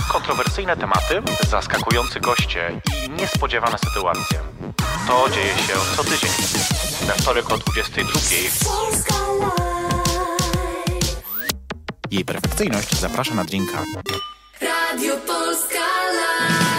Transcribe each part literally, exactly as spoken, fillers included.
Kontrowersyjne tematy, zaskakujący goście i niespodziewane sytuacje. To dzieje się co tydzień. We wtorek o dwudziestej drugiej. Jej perfekcyjność zaprasza na drinka. Radio Polska Live.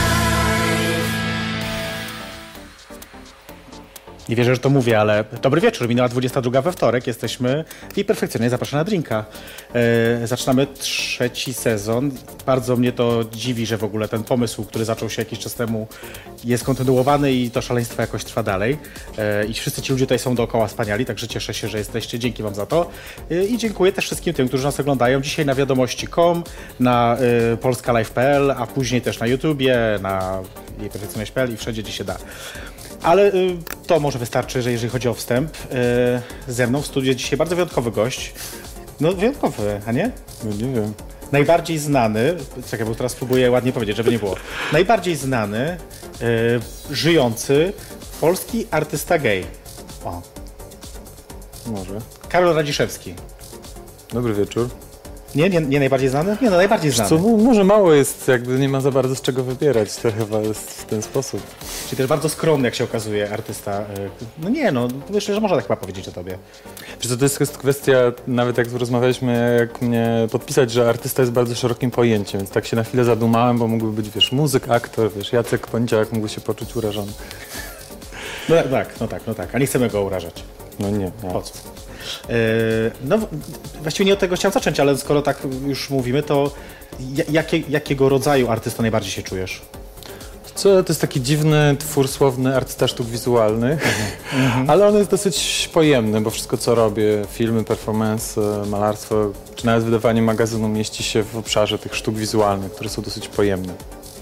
Nie wierzę, że to mówię, ale dobry wieczór. Minęła dwudziesta druga we wtorek. Jesteśmy w jej perfekcyjnej zapraszana na drinka. E, zaczynamy trzeci sezon. Bardzo mnie to dziwi, że w ogóle ten pomysł, który zaczął się jakiś czas temu, jest kontynuowany i to szaleństwo jakoś trwa dalej. E, I wszyscy ci ludzie tutaj są dookoła wspaniali, także cieszę się, że jesteście. Dzięki wam za to. E, I dziękuję też wszystkim tym, którzy nas oglądają dzisiaj na wiadomości kropka com, na e, polska live kropka p l, a później też na YouTubie, na jej perfekcyjność kropka p l i wszędzie, gdzie się da. Ale y, to może wystarczy, że jeżeli chodzi o wstęp. Y, ze mną w studiu dzisiaj bardzo wyjątkowy gość. No wyjątkowy, a nie? No nie wiem. Najbardziej znany, czekaj, bo teraz spróbuję ładnie powiedzieć, żeby nie było. Najbardziej znany, y, żyjący polski artysta gay. O. Może. Karol Radziszewski. Dobry wieczór. Nie, nie, nie najbardziej znany? Nie, no najbardziej znany. Co, no, może mało jest, jakby nie ma za bardzo z czego wybierać, to chyba jest w ten sposób. Czyli też bardzo skromny, jak się okazuje, artysta. No nie, no myślę, że można tak chyba powiedzieć o tobie. Wiesz co, to jest kwestia, nawet jak rozmawialiśmy, jak mnie podpisać, że artysta jest bardzo szerokim pojęciem, więc tak się na chwilę zadumałem, bo mógłby być, wiesz, muzyk, aktor, wiesz, Jacek Poniedziałek mógłby się poczuć urażony. No tak, no tak, no tak, a nie chcemy go urażać. No nie. nie. Po co? No właściwie nie od tego chciałem zacząć, ale skoro tak już mówimy, to jakie, jakiego rodzaju artysta najbardziej się czujesz? Co, to jest taki dziwny twór słowny, artysta sztuk wizualnych, mhm. ale on jest dosyć pojemny, bo wszystko co robię, filmy, performance, malarstwo, czy nawet wydawanie magazynu mieści się w obszarze tych sztuk wizualnych, które są dosyć pojemne.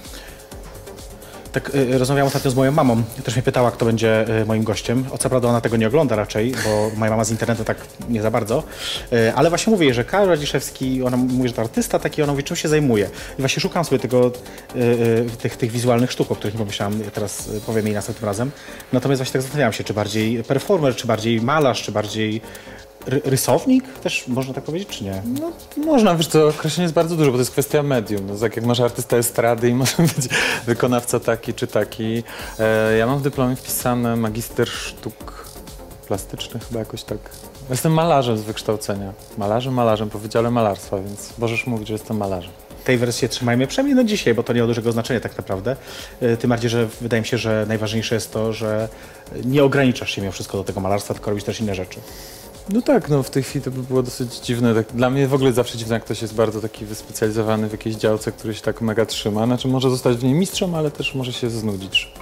Tak y, rozmawiałam ostatnio z moją mamą, też mnie pytała, kto będzie y, moim gościem. O co prawda ona tego nie ogląda raczej, bo moja mama z internetu tak nie za bardzo, y, ale właśnie mówię, że Karol Radziszewski, ona mówi, że to artysta taki, ona mówi, czym się zajmuje. I właśnie szukam sobie tego, y, y, tych, tych wizualnych sztuk, o których nie pomyślałam, teraz powiem jej następnym razem. Natomiast właśnie tak zastanawiałam się, czy bardziej performer, czy bardziej malarz, czy bardziej rysownik? Też można tak powiedzieć, czy nie? No można, wiesz, to określenie jest bardzo dużo, bo to jest kwestia medium. No, tak jak masz artysta estrady i może być wykonawca taki czy taki. E, ja mam w dyplomie wpisane magister sztuk plastycznych, chyba jakoś tak. Jestem malarzem z wykształcenia. Malarzem, malarzem po Wydziale Malarstwa, więc możesz mówić, że jestem malarzem. Tej wersji trzymajmy przynajmniej na dzisiaj, bo to nie ma dużego znaczenia tak naprawdę. Tym bardziej, że wydaje mi się, że najważniejsze jest to, że nie ograniczasz się mimo wszystko do tego malarstwa, tylko robisz też inne rzeczy. No tak, no w tej chwili to by było dosyć dziwne. Tak, dla mnie w ogóle zawsze dziwne, jak ktoś jest bardzo taki wyspecjalizowany w jakiejś działce, który się tak mega trzyma. Znaczy może zostać w niej mistrzem, ale też może się znudzić.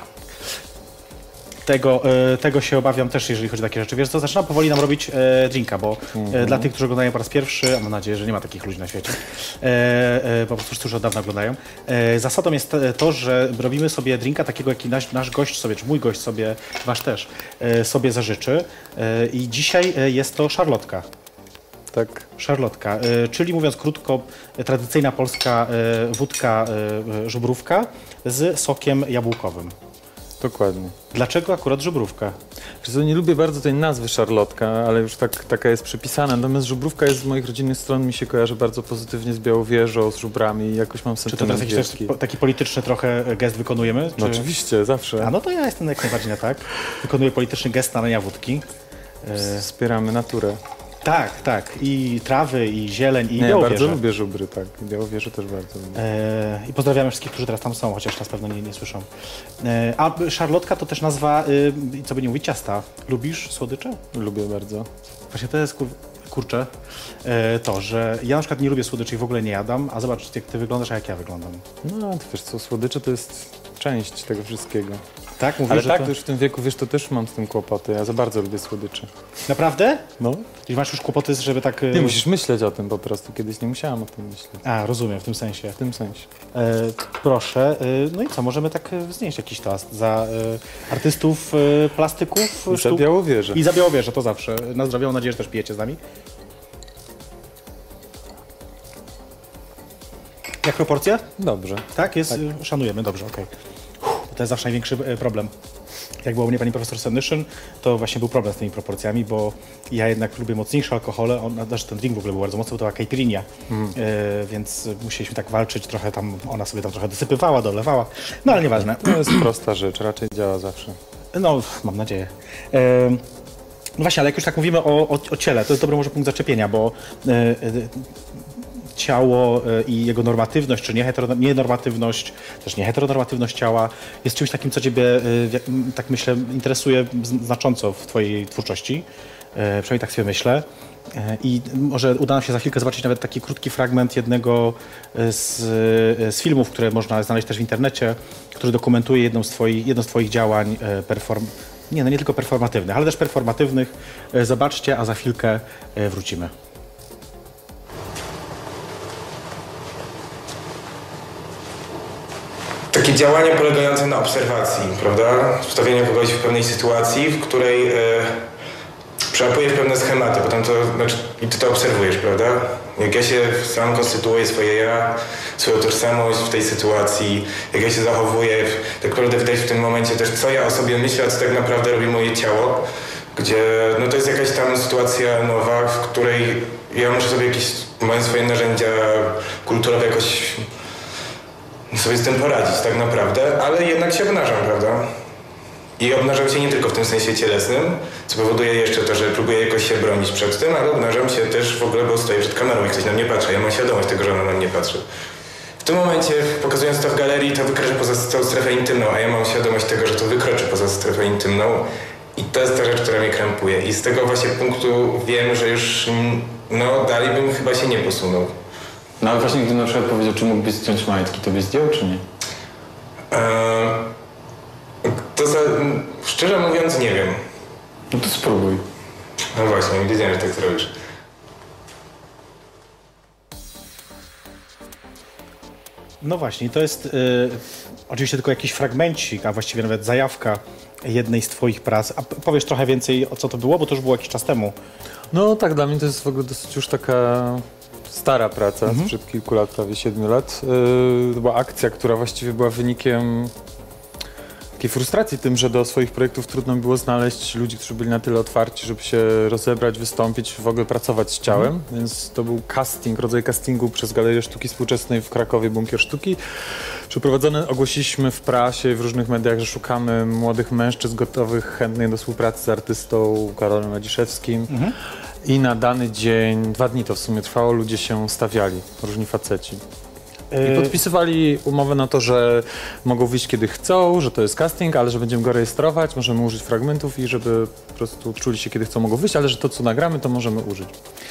Tego, e, tego się obawiam też, jeżeli chodzi o takie rzeczy. Wiesz co, zaczyna powoli nam robić e, drinka, bo mm-hmm. e, dla tych, którzy oglądają po raz pierwszy, a mam nadzieję, że nie ma takich ludzi na świecie, e, e, po prostu już od dawna oglądają. E, zasadą jest to, że robimy sobie drinka takiego, jaki nasz, nasz gość sobie, czy mój gość sobie, czy wasz też, e, sobie zażyczy. E, I dzisiaj e, jest to szarlotka. Tak. Szarlotka, e, czyli mówiąc krótko, e, tradycyjna polska e, wódka e, żubrówka z sokiem jabłkowym. Dokładnie. Dlaczego akurat żubrówka? Wiesz co, nie lubię bardzo tej nazwy szarlotka, ale już tak, taka jest przypisana. Natomiast żubrówka jest z moich rodzinnych stron, mi się kojarzy bardzo pozytywnie z Białowieżą, z żubrami i jakoś mam sentyment. Czy to teraz jakiś też taki polityczny trochę gest wykonujemy? Czy... No oczywiście, zawsze. A no to ja jestem jak najbardziej na tak. Wykonuję polityczny gest nalania wódki. Wspieramy naturę. Tak, tak. I trawy, i zieleń, i nie, Białowieżę. bardzo lubię żubry, tak. Białowieżę też bardzo lubię. E, I pozdrawiamy wszystkich, którzy teraz tam są, chociaż nas pewno nie, nie słyszą. E, a szarlotka to też nazwa, y, co by nie mówić, ciasta. Lubisz słodycze? Lubię bardzo. Właśnie to jest kur... kurczę, e, to, że ja na przykład nie lubię słodyczy i w ogóle nie jadam, a zobacz, jak ty wyglądasz, a jak ja wyglądam. No, to wiesz co, słodycze to jest część tego wszystkiego. Tak? Mówisz, ale że tak, to... to już w tym wieku, wiesz, to też mam z tym kłopoty. Ja za bardzo lubię słodycze. Naprawdę? No. Czyli masz już kłopoty, żeby tak... Nie musisz myśleć o tym po prostu. Kiedyś nie musiałam o tym myśleć. A, rozumiem, w tym sensie. W tym sensie. E, proszę. E, no i co, możemy tak wznieść jakiś toast za e, artystów, e, plastyków, I sztuk. za Białowieżę. I za Białowieżę, to zawsze. Na zdrowie, mam nadzieję, że też pijecie z nami. Jak proporcja? Dobrze. Tak? Jest, Tak. Szanujemy, dobrze, okej. Okay. To jest zawsze największy problem. jak było u mnie pani profesor Senyszyn, to właśnie był problem z tymi proporcjami, bo ja jednak lubię mocniejsze alkohole, on, znaczy ten drink w ogóle był bardzo mocny, bo to była caipirinha, mm. e, więc musieliśmy tak walczyć trochę tam, ona sobie tam trochę dosypywała, dolewała, no ale nieważne. To jest prosta rzecz, raczej działa zawsze. No, mam nadzieję. E, no właśnie, ale jak już tak mówimy o, o, o ciele, to jest dobry może punkt zaczepienia, bo e, e, ciało i jego normatywność, czy nienormatywność, też nieheteronormatywność ciała jest czymś takim, co ciebie, tak myślę, interesuje znacząco w twojej twórczości. Przynajmniej tak sobie myślę. I może uda nam się za chwilkę zobaczyć nawet taki krótki fragment jednego z, z filmów, które można znaleźć też w internecie, który dokumentuje jedną z twoich, jedno z twoich działań perform... Nie, no nie tylko performatywnych, ale też performatywnych. Zobaczcie, a za chwilkę wrócimy. Takie działanie polegające na obserwacji, prawda? Wstawienie kogoś w pewnej sytuacji, w której e, przełapujesz pewne schematy, potem to, znaczy, i ty to obserwujesz, prawda? Jak ja się sam konstytuuję swoje ja, swoją tożsamość w tej sytuacji, jak ja się zachowuję, tak naprawdę widać w tym momencie też, co ja o sobie myślę, a co tak naprawdę robi moje ciało, gdzie no to jest jakaś tam sytuacja nowa, w której ja muszę sobie jakieś, mając swoje narzędzia kulturowe jakoś sobie z tym poradzić tak naprawdę, ale jednak się obnażam, prawda? I obnażam się nie tylko w tym sensie cielesnym, co powoduje jeszcze to, że próbuję jakoś się bronić przed tym, ale obnażam się też w ogóle, bo stoję przed kamerą, jak ktoś na mnie patrzy, ja mam świadomość tego, że ona na mnie patrzy. W tym momencie, pokazując to w galerii, to wykroczy poza tą strefę intymną, a ja mam świadomość tego, że to wykroczy poza strefę intymną i to jest ta rzecz, która mnie krępuje. I z tego właśnie punktu wiem, że już no dalej bym chyba się nie posunął. No ale właśnie, gdy na przykład powiedział, czy mógłbyś zdjąć majtki, to byś zdjął, czy nie? Eee, to za, szczerze mówiąc nie wiem. No to spróbuj. No właśnie, nie wiedziałem, że tak zrobisz. No właśnie, to jest y, oczywiście tylko jakiś fragmencik, a właściwie nawet zajawka jednej z twoich prac. A powiesz trochę więcej, o co to było, bo to już było jakiś czas temu. No tak, dla mnie to jest w ogóle dosyć już taka stara praca, mhm. sprzed kilku lat, prawie siedmiu lat. Yy, to była akcja, która właściwie była wynikiem takiej frustracji tym, że do swoich projektów trudno było znaleźć ludzi, którzy byli na tyle otwarci, żeby się rozebrać, wystąpić, w ogóle pracować z ciałem. Mhm. Więc to był casting, rodzaj castingu przez Galerię Sztuki Współczesnej w Krakowie, Bunkier Sztuki. Przeprowadzony ogłosiliśmy w prasie, w różnych mediach, że szukamy młodych mężczyzn gotowych, chętnych do współpracy z artystą Karolem Radziszewskim. Mhm. I na dany dzień, dwa dni to w sumie trwało, ludzie się stawiali, różni faceci. I podpisywali umowę na to, że mogą wyjść kiedy chcą, że to jest casting, ale że będziemy go rejestrować, możemy użyć fragmentów i żeby po prostu czuli się kiedy chcą, mogą wyjść, ale że to co nagramy, to możemy użyć.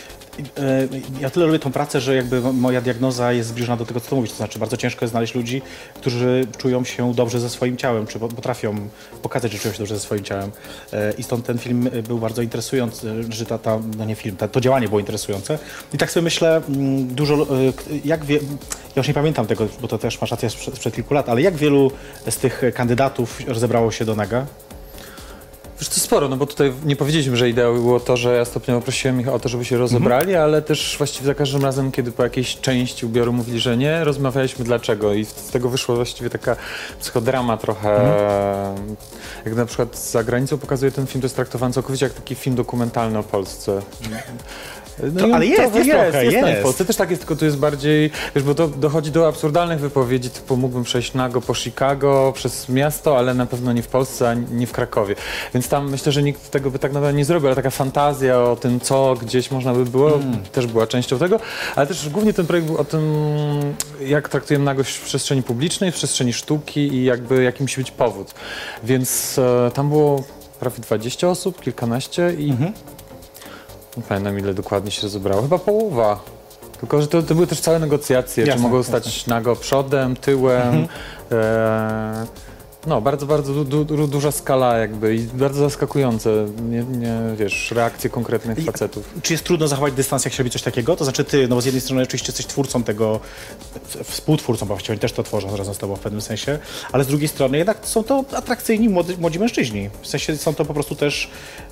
Ja tyle lubię tą pracę, że jakby moja diagnoza jest zbliżona do tego, co ty mówisz. To znaczy bardzo ciężko jest znaleźć ludzi, którzy czują się dobrze ze swoim ciałem, czy potrafią pokazać, że czują się dobrze ze swoim ciałem. I stąd ten film był bardzo interesujący, że ta, ta no nie film, ta, to działanie było interesujące. I tak sobie myślę, dużo, jak wie, ja już nie pamiętam tego, bo to też masz rację sprzed, sprzed kilku lat, ale jak wielu z tych kandydatów rozebrało się do naga? Wiesz, to sporo, no bo tutaj nie powiedzieliśmy, że ideał było to, że ja stopniowo prosiłem ich o to, żeby się rozebrali, mm-hmm. ale też właściwie za każdym razem, kiedy po jakiejś części ubioru mówili, że nie, rozmawialiśmy dlaczego i z tego wyszła właściwie taka psychodrama trochę, mm-hmm. jak na przykład za granicą pokazuje ten film, to jest traktowany całkowicie jak taki film dokumentalny o Polsce. No to, ale jest, jest, jest, jest, trochę, jest, jest. W Polsce też tak jest, tylko tu jest bardziej, wiesz, bo to dochodzi do absurdalnych wypowiedzi, typu mógłbym przejść nago po Chicago, przez miasto, ale na pewno nie w Polsce, a nie w Krakowie. Więc tam myślę, że nikt tego by tak naprawdę nie zrobił, ale taka fantazja o tym, co gdzieś można by było, mm. też była częścią tego, ale też głównie ten projekt był o tym, jak traktujemy nagość w przestrzeni publicznej, w przestrzeni sztuki i jakby jaki musi być powód. Więc e, tam było prawie dwadzieścia osób, kilkanaście i mm-hmm. nie pamiętam, ile dokładnie się rozebrało. Chyba połowa. Tylko, że to, to były też całe negocjacje. Jasne, czy mogą jasne. stać nago przodem, tyłem. Mhm. E, no, bardzo, bardzo du, du, duża skala jakby i bardzo zaskakujące, nie, nie, wiesz, reakcje konkretnych I, facetów. Czy jest trudno zachować dystans, jak się robi coś takiego? To znaczy ty, no bo z jednej strony oczywiście jesteś twórcą tego, współtwórcą, bo właściwie oni też to tworzą razem z tobą w pewnym sensie, ale z drugiej strony jednak są to atrakcyjni młodzi, młodzi mężczyźni. W sensie są to po prostu też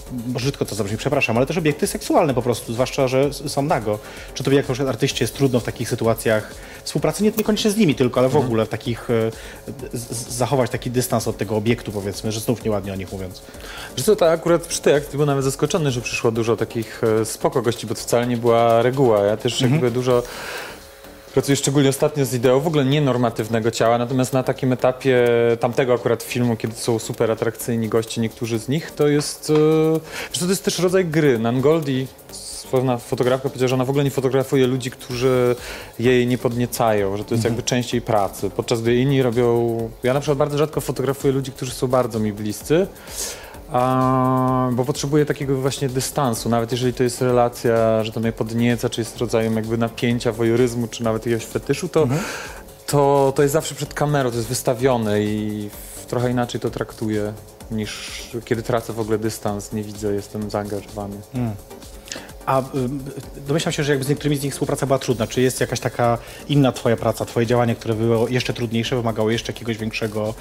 brzydko to zabrzmi, przepraszam, ale też obiekty seksualne po prostu, zwłaszcza, że s- są nago. Czy tobie jako na przykład artyście jest trudno w takich sytuacjach współpracy, nie, niekoniecznie z nimi tylko, ale w ogóle w takich, e, z, z, zachować taki dystans od tego obiektu, powiedzmy, że znów nieładnie o nich mówiąc. Wiesz co, to akurat przy tej akcji byłem nawet zaskoczony, że przyszło dużo takich e, spoko gości, bo to wcale nie była reguła. Ja też Mhm. jakby dużo pracuję szczególnie ostatnio z ideą w ogóle nienormatywnego ciała, natomiast na takim etapie tamtego akurat filmu, kiedy są super atrakcyjni goście, niektórzy z nich, to jest, e, wiesz co, to jest też rodzaj gry. Nan Goldie, pewna fotografka powiedziała, że ona w ogóle nie fotografuje ludzi, którzy jej nie podniecają, że to jest jakby część jej pracy, podczas gdy inni robią... Ja na przykład bardzo rzadko fotografuję ludzi, którzy są bardzo mi bliscy, a, bo potrzebuję takiego właśnie dystansu, nawet jeżeli to jest relacja, że to mnie podnieca, czy jest rodzajem jakby napięcia, wojoryzmu, czy nawet jakiegoś fetyszu, to, to, to jest zawsze przed kamerą, to jest wystawione i trochę inaczej to traktuję, niż kiedy tracę w ogóle dystans, nie widzę, jestem zaangażowany. A y, domyślam się, że jakby z niektórymi z nich współpraca była trudna. Czy jest jakaś taka inna twoja praca, twoje działanie, które było jeszcze trudniejsze, wymagało jeszcze jakiegoś większego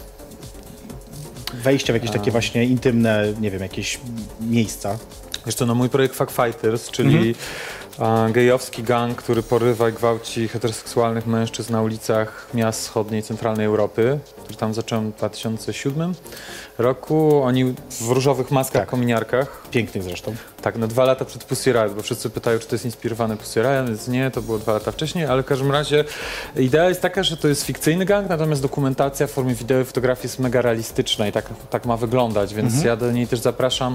wejścia w jakieś takie właśnie intymne, nie wiem, jakieś miejsca? Wiesz co, no mój projekt Fuck Fighters, czyli mhm. gejowski gang, który porywa i gwałci heteroseksualnych mężczyzn na ulicach miast wschodniej i centralnej Europy, który tam zacząłem w dwa tysiące siódmym roku. Oni w różowych maskach, Tak. kominiarkach. Pięknych zresztą. Tak, no dwa lata przed Pussy Riot, bo wszyscy pytają, czy to jest inspirowane Pussy Riot, więc nie, to było dwa lata wcześniej, ale w każdym razie idea jest taka, że to jest fikcyjny gang, natomiast dokumentacja w formie wideo i fotografii jest mega realistyczna i tak, tak ma wyglądać, więc Mhm. ja do niej też zapraszam.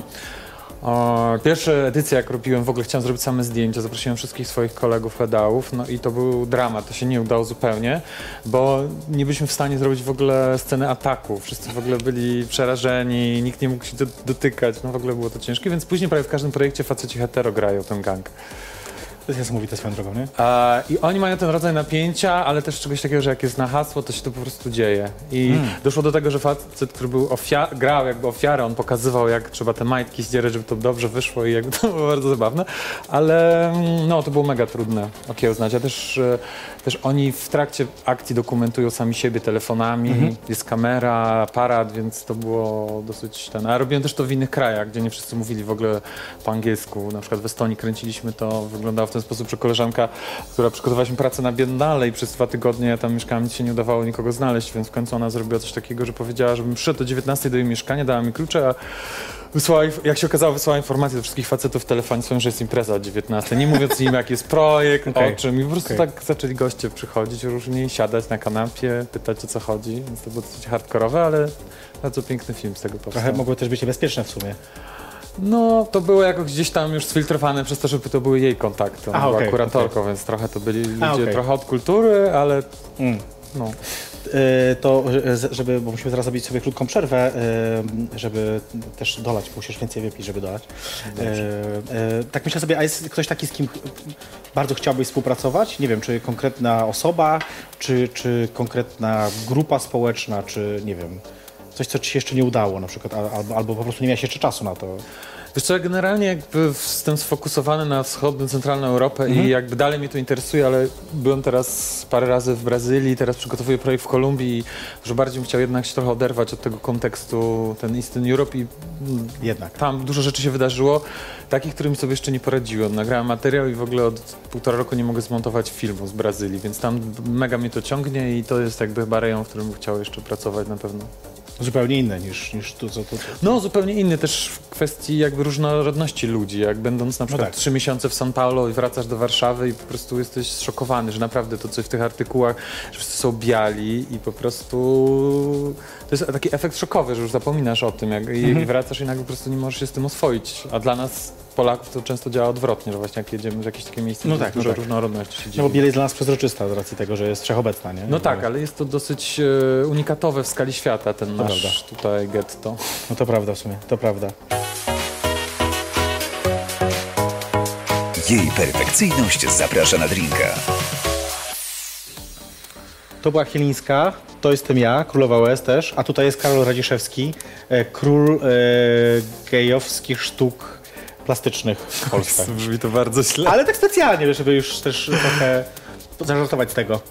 O, pierwsza edycja, jak robiłem, w ogóle chciałem zrobić same zdjęcia, zaprosiłem wszystkich swoich kolegów, pedałów, no i to był dramat, to się nie udało zupełnie, bo nie byliśmy w stanie zrobić w ogóle sceny ataku, wszyscy w ogóle byli przerażeni, nikt nie mógł się do, dotykać, no w ogóle było to ciężkie, więc później prawie w każdym projekcie faceci hetero grają ten gang. To jest niesamowite swoją drogą, nie? A, I oni mają ten rodzaj napięcia, ale też czegoś takiego, że jak jest na hasło, to się to po prostu dzieje. I Mm. doszło do tego, że facet, który był ofiar- grał jakby ofiarę, on pokazywał, jak trzeba te majtki zdzierać, żeby to dobrze wyszło i jakby to było bardzo zabawne. Ale mm, no, to było mega trudne okiełznać. A też, e, też oni w trakcie akcji dokumentują sami siebie telefonami, Mhm. jest kamera, aparat, więc to było dosyć ten. A robiłem też to w innych krajach, gdzie nie wszyscy mówili w ogóle po angielsku. Na przykład w Estonii kręciliśmy to, wyglądało w ten sposób, że koleżanka, która przygotowaliśmy pracę na Biennale i przez dwa tygodnie ja tam mieszkałem, nic się nie udawało nikogo znaleźć, więc w końcu ona zrobiła coś takiego, że powiedziała, żebym przyszedł do dziewiętnastej do jej mieszkania, dała mi klucze, a wysłała, jak się okazało, wysłała informację do wszystkich facetów w telefonie swoim, że jest impreza o dziewiętnastej, nie mówiąc im, jaki jest projekt, Okay. o czym. I po prostu Okay. tak zaczęli goście przychodzić różni, siadać na kanapie, pytać, o co chodzi, więc to było dosyć hardkorowe, ale bardzo piękny film z tego powstał. Trochę mogło też być niebezpieczne w sumie. No, to było jakoś gdzieś tam już sfiltrowane przez to, żeby to były jej kontakty. Ona A, była okej, kuratorką, więc trochę to byli ludzie A, okej. trochę od kultury, ale Mm. no. E, to, e, żeby, bo musimy zaraz zrobić sobie krótką przerwę, e, żeby też dolać, musisz więcej wypić, żeby dolać. E, e, tak myślę sobie, a jest ktoś taki, z kim bardzo chciałbyś współpracować? Nie wiem, czy konkretna osoba, czy, czy konkretna grupa społeczna, czy nie wiem, coś, co ci się jeszcze nie udało na przykład, al- albo, albo po prostu nie miałeś jeszcze czasu na to. Wiesz co, ja generalnie jakby jestem sfokusowany na wschodnią, centralną Europę Mhm. i jakby dalej mnie to interesuje, ale byłem teraz parę razy w Brazylii, teraz przygotowuję projekt w Kolumbii i że bardziej bym chciał jednak się trochę oderwać od tego kontekstu, ten Eastern Europe i mm, Jednak. tam dużo rzeczy się wydarzyło, takich, którymi sobie jeszcze nie poradziłem. Nagrałem materiał i w ogóle od półtora roku nie mogę zmontować filmu z Brazylii, więc tam mega mnie to ciągnie i to jest jakby chyba rejon, w którym bym chciał jeszcze pracować na pewno. Zupełnie inne niż, niż tu, co tu. No, zupełnie inny też w kwestii jakby różnorodności ludzi, jak będąc na przykład tak. trzy miesiące w São Paulo i wracasz do Warszawy i po prostu jesteś zszokowany, że naprawdę to, co w tych artykułach, że wszyscy są biali i po prostu to jest taki efekt szokowy, że już zapominasz o tym jak, i, Mhm. i wracasz i nagle po prostu nie możesz się z tym oswoić, a dla nas Polaków to często działa odwrotnie, że właśnie jak jedziemy w jakieś takie miejsce, No gdzie tak, jest no dużo tak. różnorodności się dzieje. No bo Biel jest dla nas przezroczysta z racji tego, że jest wszechobecna, nie? No tak, ale jest to dosyć e, unikatowe w skali świata, ten nasz prawda. tutaj getto. No to prawda w sumie, to prawda. Jej perfekcyjność zaprasza na drinka. To była Chielińska, to jestem ja, królowa U S też, a tutaj jest Karol Radziszewski, e, król e, gejowskich sztuk plastycznych w Polsce. Brzmi to bardzo źle. Ale tak specjalnie, żeby już też trochę zażartować z tego.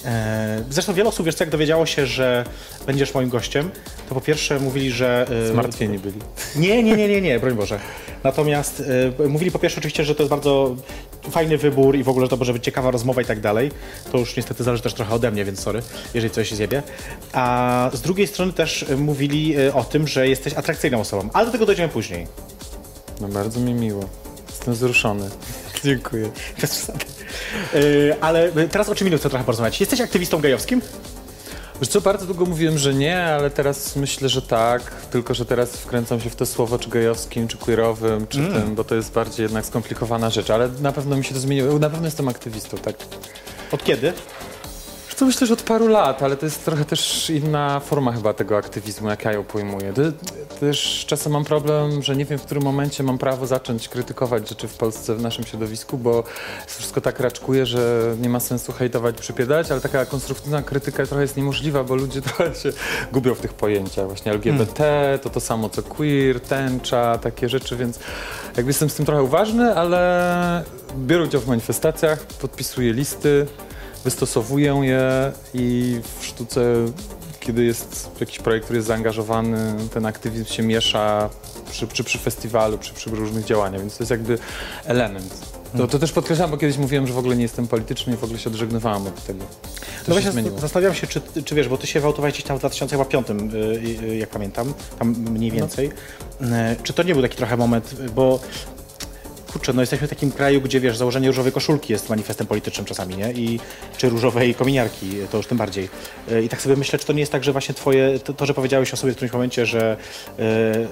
E, zresztą wiele osób, wiesz co, jak dowiedziało się, że będziesz moim gościem, to po pierwsze mówili, że... E, Zmartwieni byli. Nie, nie, nie, nie, nie, broń Boże. Natomiast e, mówili po pierwsze oczywiście, że to jest bardzo fajny wybór i w ogóle, że to może być ciekawa rozmowa i tak dalej. To już niestety zależy też trochę ode mnie, więc sorry, jeżeli coś się zjebie. A z drugiej strony też mówili e, o tym, że jesteś atrakcyjną osobą, ale do tego dojdziemy później. No bardzo mi miło. Jestem wzruszony. Dziękuję. Bez przesady. E, ale teraz o czym innym chcę trochę porozmawiać. Jesteś aktywistą gejowskim? Wiesz co, bardzo długo mówiłem, że nie, ale teraz myślę, że tak, tylko że teraz wkręcam się w to słowo, czy gejowskim, czy queerowym, czy mm. tym, bo to jest bardziej jednak skomplikowana rzecz, ale na pewno mi się to zmieniło, na pewno jestem aktywistą, tak. Od kiedy? Wiesz co, myślę, że od paru lat, ale to jest trochę też inna forma chyba tego aktywizmu, jak ja ją pojmuję. To, też czasem mam problem, że nie wiem, w którym momencie mam prawo zacząć krytykować rzeczy w Polsce, w naszym środowisku, bo wszystko tak raczkuje, że nie ma sensu hejtować, przypiedać, ale taka konstruktywna krytyka trochę jest niemożliwa, bo ludzie trochę się gubią w tych pojęciach. Właśnie L G B T, hmm. to to samo co queer, tęcza, takie rzeczy, więc jakby jestem z tym trochę uważny, ale biorę udział w manifestacjach, podpisuję listy, wystosowuję je i w sztuce, kiedy jest jakiś projekt, który jest zaangażowany, ten aktywizm się miesza przy, przy, przy festiwalu, przy, przy różnych działaniach, więc to jest jakby element. To, to też podkreślam, bo kiedyś mówiłem, że w ogóle nie jestem polityczny i w ogóle się odżegnywałem od tego. To no się właśnie zmieniło. Zastanawiam się, czy, czy wiesz, bo ty się wyautowałeś gdzieś tam w dwa tysiące piątym, jak pamiętam, tam mniej więcej. No. Czy to nie był taki trochę moment, bo kurczę, no jesteśmy w takim kraju, gdzie wiesz, założenie różowej koszulki jest manifestem politycznym czasami, nie? I, czy różowej kominiarki, to już tym bardziej. I tak sobie myślę, czy to nie jest tak, że właśnie twoje, to, to że powiedziałeś o sobie w którymś momencie, że yy,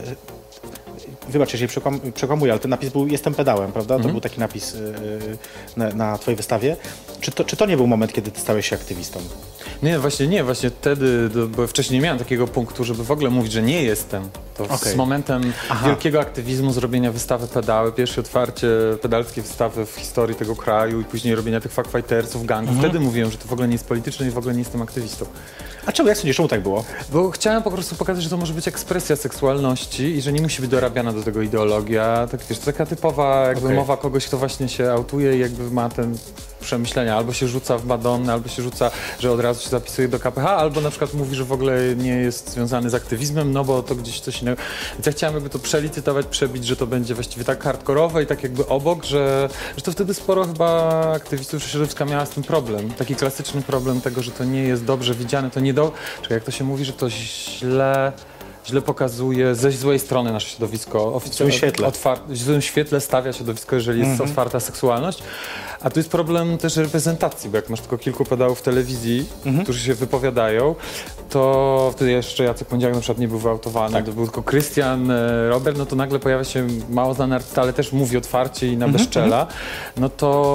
wybacz, jeżeli przekłam, przekłamuję, ale ten napis był "Jestem pedałem", prawda? Mm-hmm. To był taki napis yy, na, na twojej wystawie. Czy to, czy to nie był moment, kiedy ty stałeś się aktywistą? Nie, właśnie nie, właśnie wtedy, bo wcześniej nie miałem takiego punktu, żeby w ogóle mówić, że nie jestem. To okay. Z momentem Aha. wielkiego aktywizmu, zrobienia wystawy Pedały, pierwsze otwarcie pedalskiej wystawy w historii tego kraju i później robienia tych fuckfightersów, gangów. Mhm. Wtedy mówiłem, że to w ogóle nie jest polityczne i w ogóle nie jestem aktywistą. A czemu, jak sądzisz, czemu tak było? Bo chciałem po prostu pokazać, że to może być ekspresja seksualności i że nie musi być dorabiana do tego ideologia. Tak, wiesz, to taka typowa jakby okay. mowa kogoś, kto właśnie się autuje i jakby ma ten przemyślenia. Albo się rzuca w Madonnę, albo się rzuca, że od razu się zapisuje do K P H, albo na przykład mówi, że w ogóle nie jest związany z aktywizmem, no bo to gdzieś coś innego. Więc ja chciałem jakby to przelicytować, przebić, że to będzie właściwie tak hardkorowe i tak jakby obok, że, że to wtedy sporo chyba aktywistów środowiska miała z tym problem. Taki klasyczny problem tego, że to nie jest dobrze widziane, to nie do... Czyli jak to się mówi, że to źle... źle pokazuje ze złej strony nasze środowisko. W złym świetle. W złym świetle stawia środowisko, jeżeli jest mm-hmm. otwarta seksualność. A tu jest problem też reprezentacji, bo jak masz tylko kilku pedałów w telewizji, mm-hmm. którzy się wypowiadają, to wtedy jeszcze Jacek Pądziak na przykład nie był wyautowany, tak. to był tylko Krystian, Robert, no to nagle pojawia się mało znany artysta, ale też mówi otwarcie i na mm-hmm. bezczela, no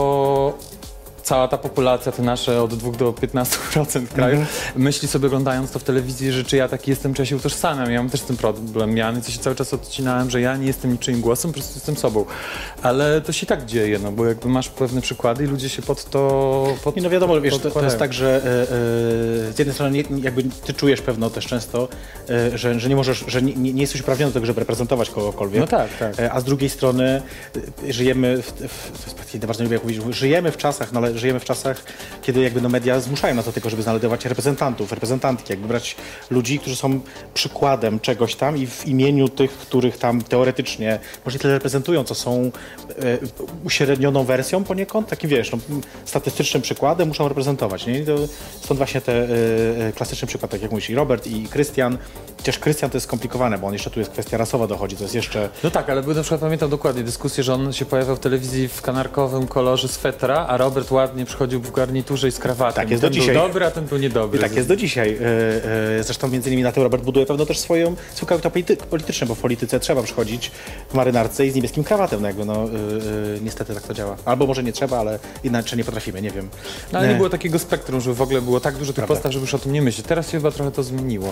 to cała ta populacja, te nasze od dwóch do piętnastu procent kraju, mm-hmm. myśli sobie oglądając to w telewizji, że czy ja taki jestem, czy ja się utożsamiam. Ja mam też ten problem. Ja się cały czas odcinałem, że ja nie jestem niczyim głosem, po prostu jestem sobą. Ale to się tak dzieje, no bo jakby masz pewne przykłady i ludzie się pod to pod, nie, no wiadomo, wiesz, to, to jest tak, że e, e, z jednej strony nie, jakby ty czujesz pewno też często, e, że, że nie możesz, że nie, nie jesteś uprawniony do tego, żeby reprezentować kogokolwiek. No tak, tak. E, a z drugiej strony e, żyjemy, w, w, to jest bardzo lubię powiedzieć, żyjemy w czasach, no ale żyjemy w czasach, kiedy jakby no media zmuszają nas do tego, żeby znajdować reprezentantów, reprezentantki, jakby brać ludzi, którzy są przykładem czegoś tam i w imieniu tych, których tam teoretycznie może nie tyle reprezentują, co są e, uśrednioną wersją poniekąd, takim wiesz, no, statystycznym przykładem muszą reprezentować, nie? I to, stąd właśnie te e, klasyczny przykład, tak jak mówisz, i Robert, i Krystian. Chociaż Krystian to jest skomplikowane, bo on jeszcze tu jest kwestia rasowa dochodzi, to jest jeszcze... No tak, ale na przykład pamiętam dokładnie dyskusję, że on się pojawiał w telewizji w kanarkowym kolorze swetra, a Robert ładnie przychodził w garniturze i z krawatem. Tak jest ten do dzisiaj. Był dobry, a ten był niedobry. I tak jest do dzisiaj. Zresztą między innymi na tym Robert buduje pewno też swoją, swój kapitał polity polityczny, bo w polityce trzeba przychodzić w marynarce i z niebieskim krawatem, no jakby no niestety tak to działa. Albo może nie trzeba, ale inaczej nie potrafimy, nie wiem. No, ale nie było takiego spektrum, żeby w ogóle było tak dużo tych Prawda. postaw, żeby już o tym nie myśleć. Teraz się chyba trochę to zmieniło.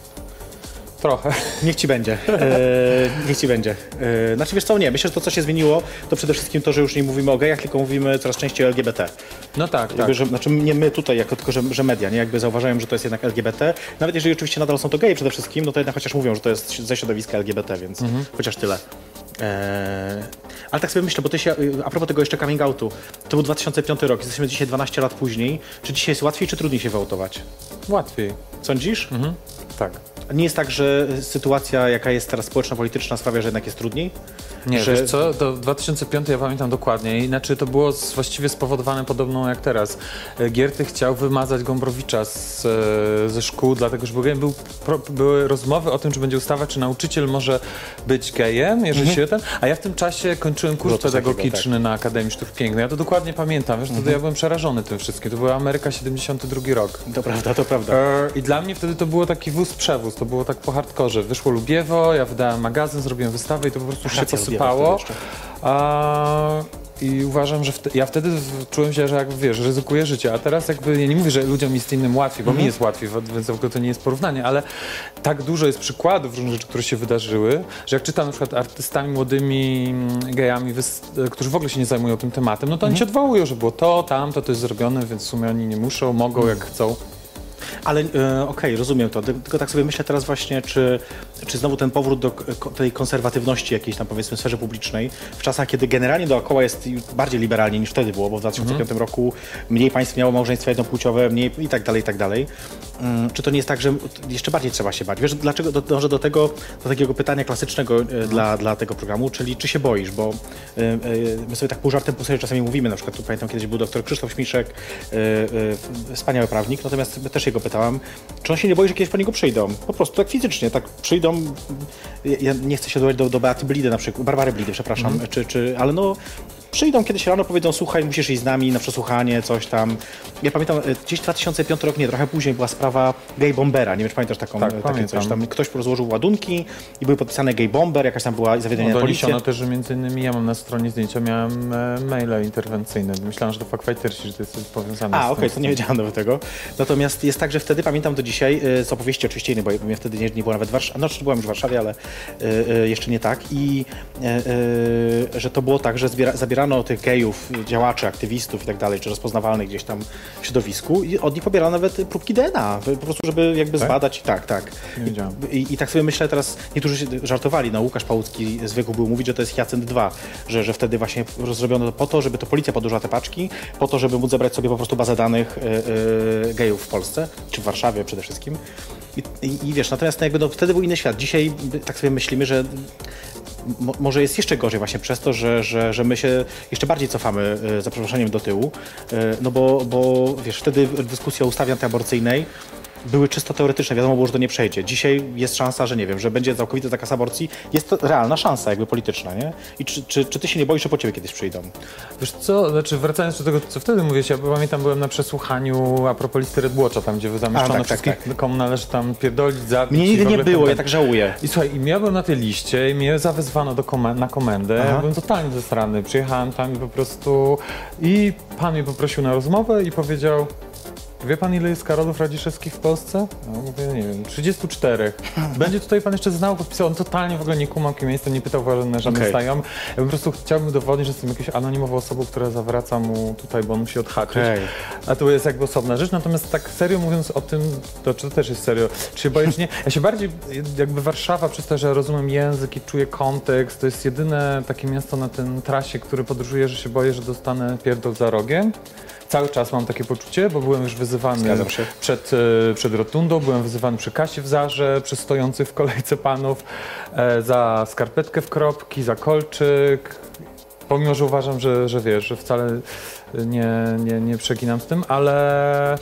Trochę. Niech ci będzie. E, niech ci będzie. E, znaczy wiesz co, nie, myślę, że to co się zmieniło, to przede wszystkim to, że już nie mówimy o gejach, tylko mówimy coraz częściej o L G B T. No tak, jakby, tak. Że, znaczy nie my tutaj, jako tylko, że, że media, nie? Jakby zauważają, że to jest jednak L G B T. Nawet jeżeli oczywiście nadal są to geje przede wszystkim, no to jednak chociaż mówią, że to jest ze środowiska L G B T, więc mhm. chociaż tyle. E, ale tak sobie myślę, bo ty się, a propos tego jeszcze coming outu, to był dwa tysiące piąty rok, jesteśmy dzisiaj dwanaście lat później. Czy dzisiaj jest łatwiej, czy trudniej się wyautować? Łatwiej. Sądzisz? Mhm. Tak. Nie jest tak, że sytuacja, jaka jest teraz społeczno-polityczna, sprawia, że jednak jest trudniej? Nie, że... wiesz co, do dwa tysiące piąty ja pamiętam dokładnie, inaczej to było z, właściwie spowodowane podobną jak teraz. Gierty chciał wymazać Gombrowicza z, ze szkół, dlatego że był, był, pro, były rozmowy o tym, czy będzie ustawa, czy nauczyciel może być gejem, jeżeli mhm. się ten, a ja w tym czasie kończyłem kurs pedagogiczny tak. na Akademii Sztuk Pięknych. Ja to dokładnie pamiętam, wiesz, wtedy mhm. ja byłem przerażony tym wszystkim. To była Ameryka siedemdziesiąty drugi rok. To prawda, to prawda. E, I dla mnie wtedy to było taki wóz-przewóz, to było tak po hardkorze. Wyszło Lubiewo, ja wydałem magazyn, zrobiłem wystawę i to po prostu się posypało. A, I uważam, że wte, ja wtedy czułem się, że jak wiesz, ryzykuję życie, a teraz jakby, ja nie mówię, że ludziom jest innym łatwiej, bo mm-hmm. mi jest łatwiej, więc w ogóle to nie jest porównanie, ale tak dużo jest przykładów różnych rzeczy, które się wydarzyły, że jak czytam na przykład artystami młodymi gejami, którzy w ogóle się nie zajmują tym tematem, no to mm-hmm. oni się odwołują, że było to, tamto, to jest zrobione, więc w sumie oni nie muszą, mogą, jak chcą. Ale e, okej, okay, rozumiem to, tylko tak sobie myślę teraz właśnie, czy, czy znowu ten powrót do k- tej konserwatywności jakiejś tam powiedzmy w sferze publicznej, w czasach, kiedy generalnie dookoła jest bardziej liberalnie niż wtedy było, bo w dwa tysiące piątym mm. roku mniej państw miało małżeństwa jednopłciowe, mniej i tak dalej, i tak dalej. Hmm, czy to nie jest tak, że jeszcze bardziej trzeba się bać? Wiesz, dlaczego dążę do tego, do takiego pytania klasycznego e, mm. dla, dla tego programu, czyli czy się boisz, bo e, e, my sobie tak pół żartem, pół serio czasami mówimy, na przykład tu pamiętam kiedyś był doktor Krzysztof Śmiszek, e, e, wspaniały prawnik, natomiast też jego pytałam, czy on się nie boi, że kiedyś po niego przyjdą? Po prostu tak fizycznie, tak przyjdą. Ja nie chcę się odwołać do, do Beaty Blidy na przykład, Barbary Blidy, przepraszam, mm. czy, czy, ale no przyjdą kiedyś rano, powiedzą, słuchaj, musisz iść z nami na przesłuchanie, coś tam. Ja pamiętam, gdzieś dwa tysiące piąty rok, nie, trochę później była sprawa gay bombera, nie wiem, czy pamiętasz taką, tak, takie coś tam. Ktoś rozłożył ładunki i były podpisane gay bomber, jakaś tam była zawiadomienie no, na policję. No też, że między innymi ja mam na stronie zdjęcia, miałem e, maile interwencyjne. Myślałem, że to fact-fightersi, że to jest powiązane A, z tym. A, okej, okay, to nie wiedziałem nawet tego. Natomiast jest tak, że wtedy, pamiętam do dzisiaj, z opowieści oczywiście innej, bo ja wtedy nie, nie było nawet w Warszawie, no byłem już w Warszawie, ale y, y, jeszcze nie tak. I y, y, że to było tak, że zbiera, zabierano tych gejów, działaczy, aktywistów i tak dalej, czy rozpoznawalnych gdzieś tam w środowisku i od nich pobierano nawet próbki D N A, po prostu, żeby jakby tak? zbadać. Tak, tak. I, i, I tak sobie myślę teraz, niektórzy się żartowali, no Łukasz Pałucki zwykł był mówić, że to jest Hyacynt dwa, że, że wtedy właśnie zrobiono to po to, żeby to policja podłożyła te paczki, po to, żeby móc zebrać sobie po prostu bazę danych y, y, gejów w Polsce, czy w Warszawie przede wszystkim. I, i, i wiesz, natomiast no jakby no, wtedy był inny świat. Dzisiaj tak sobie myślimy, że Mo, może jest jeszcze gorzej właśnie przez to, że, że, że my się jeszcze bardziej cofamy za przeproszeniem do tyłu, no bo, bo wiesz, wtedy dyskusja o ustawie antyaborcyjnej były czysto teoretyczne, wiadomo było, że to nie przejdzie. Dzisiaj jest szansa, że nie wiem, że będzie całkowity zakaz aborcji. Jest to realna szansa jakby polityczna, nie? I czy, czy, czy ty się nie boisz, że po ciebie kiedyś przyjdą? Wiesz co, znaczy wracając do tego, co wtedy mówiłeś, ja pamiętam, byłem na przesłuchaniu a propos listy Red Watcha, tam gdzie zamieszczono tak, wszystkich, tak, tak. komu należy tam pierdolić, zabić. Mnie nigdy nie było, ja tak żałuję. I słuchaj, i ja byłem na tej liście i mnie zawezwano do komen- na komendę, ja byłem totalnie zesrany, przyjechałem tam i po prostu, i pan mnie poprosił na rozmowę i powiedział: wie pan, ile jest Karolów Radziszewskich w Polsce? No, mówię, nie wiem, trzydzieści cztery. Będzie tutaj pan jeszcze znał, podpisał. On totalnie w ogóle nie kumał, kim ja jestem, nie pytał o żadne okay. znajomy. Ja po prostu chciałbym udowodnić, że jestem jakąś anonimową osobą, która zawraca mu tutaj, bo on musi odhaczyć. Okay. A to jest jakby osobna rzecz. Natomiast tak serio mówiąc o tym, to czy to też jest serio, czy się boję, czy nie? Ja się bardziej, jakby Warszawa, przez to, że rozumiem język i czuję kontekst, to jest jedyne takie miasto na tym trasie, które podróżuję, że się boję, że dostanę pierdol za rogiem. Cały czas mam takie poczucie, bo byłem już wyzywany przed, przed rotundą, byłem wyzywany przy kasie w Zarze, przez stojących w kolejce panów, e, za skarpetkę w kropki, za kolczyk. Pomimo, że uważam, że, że wiesz, że wcale nie, nie, nie przeginam z tym, ale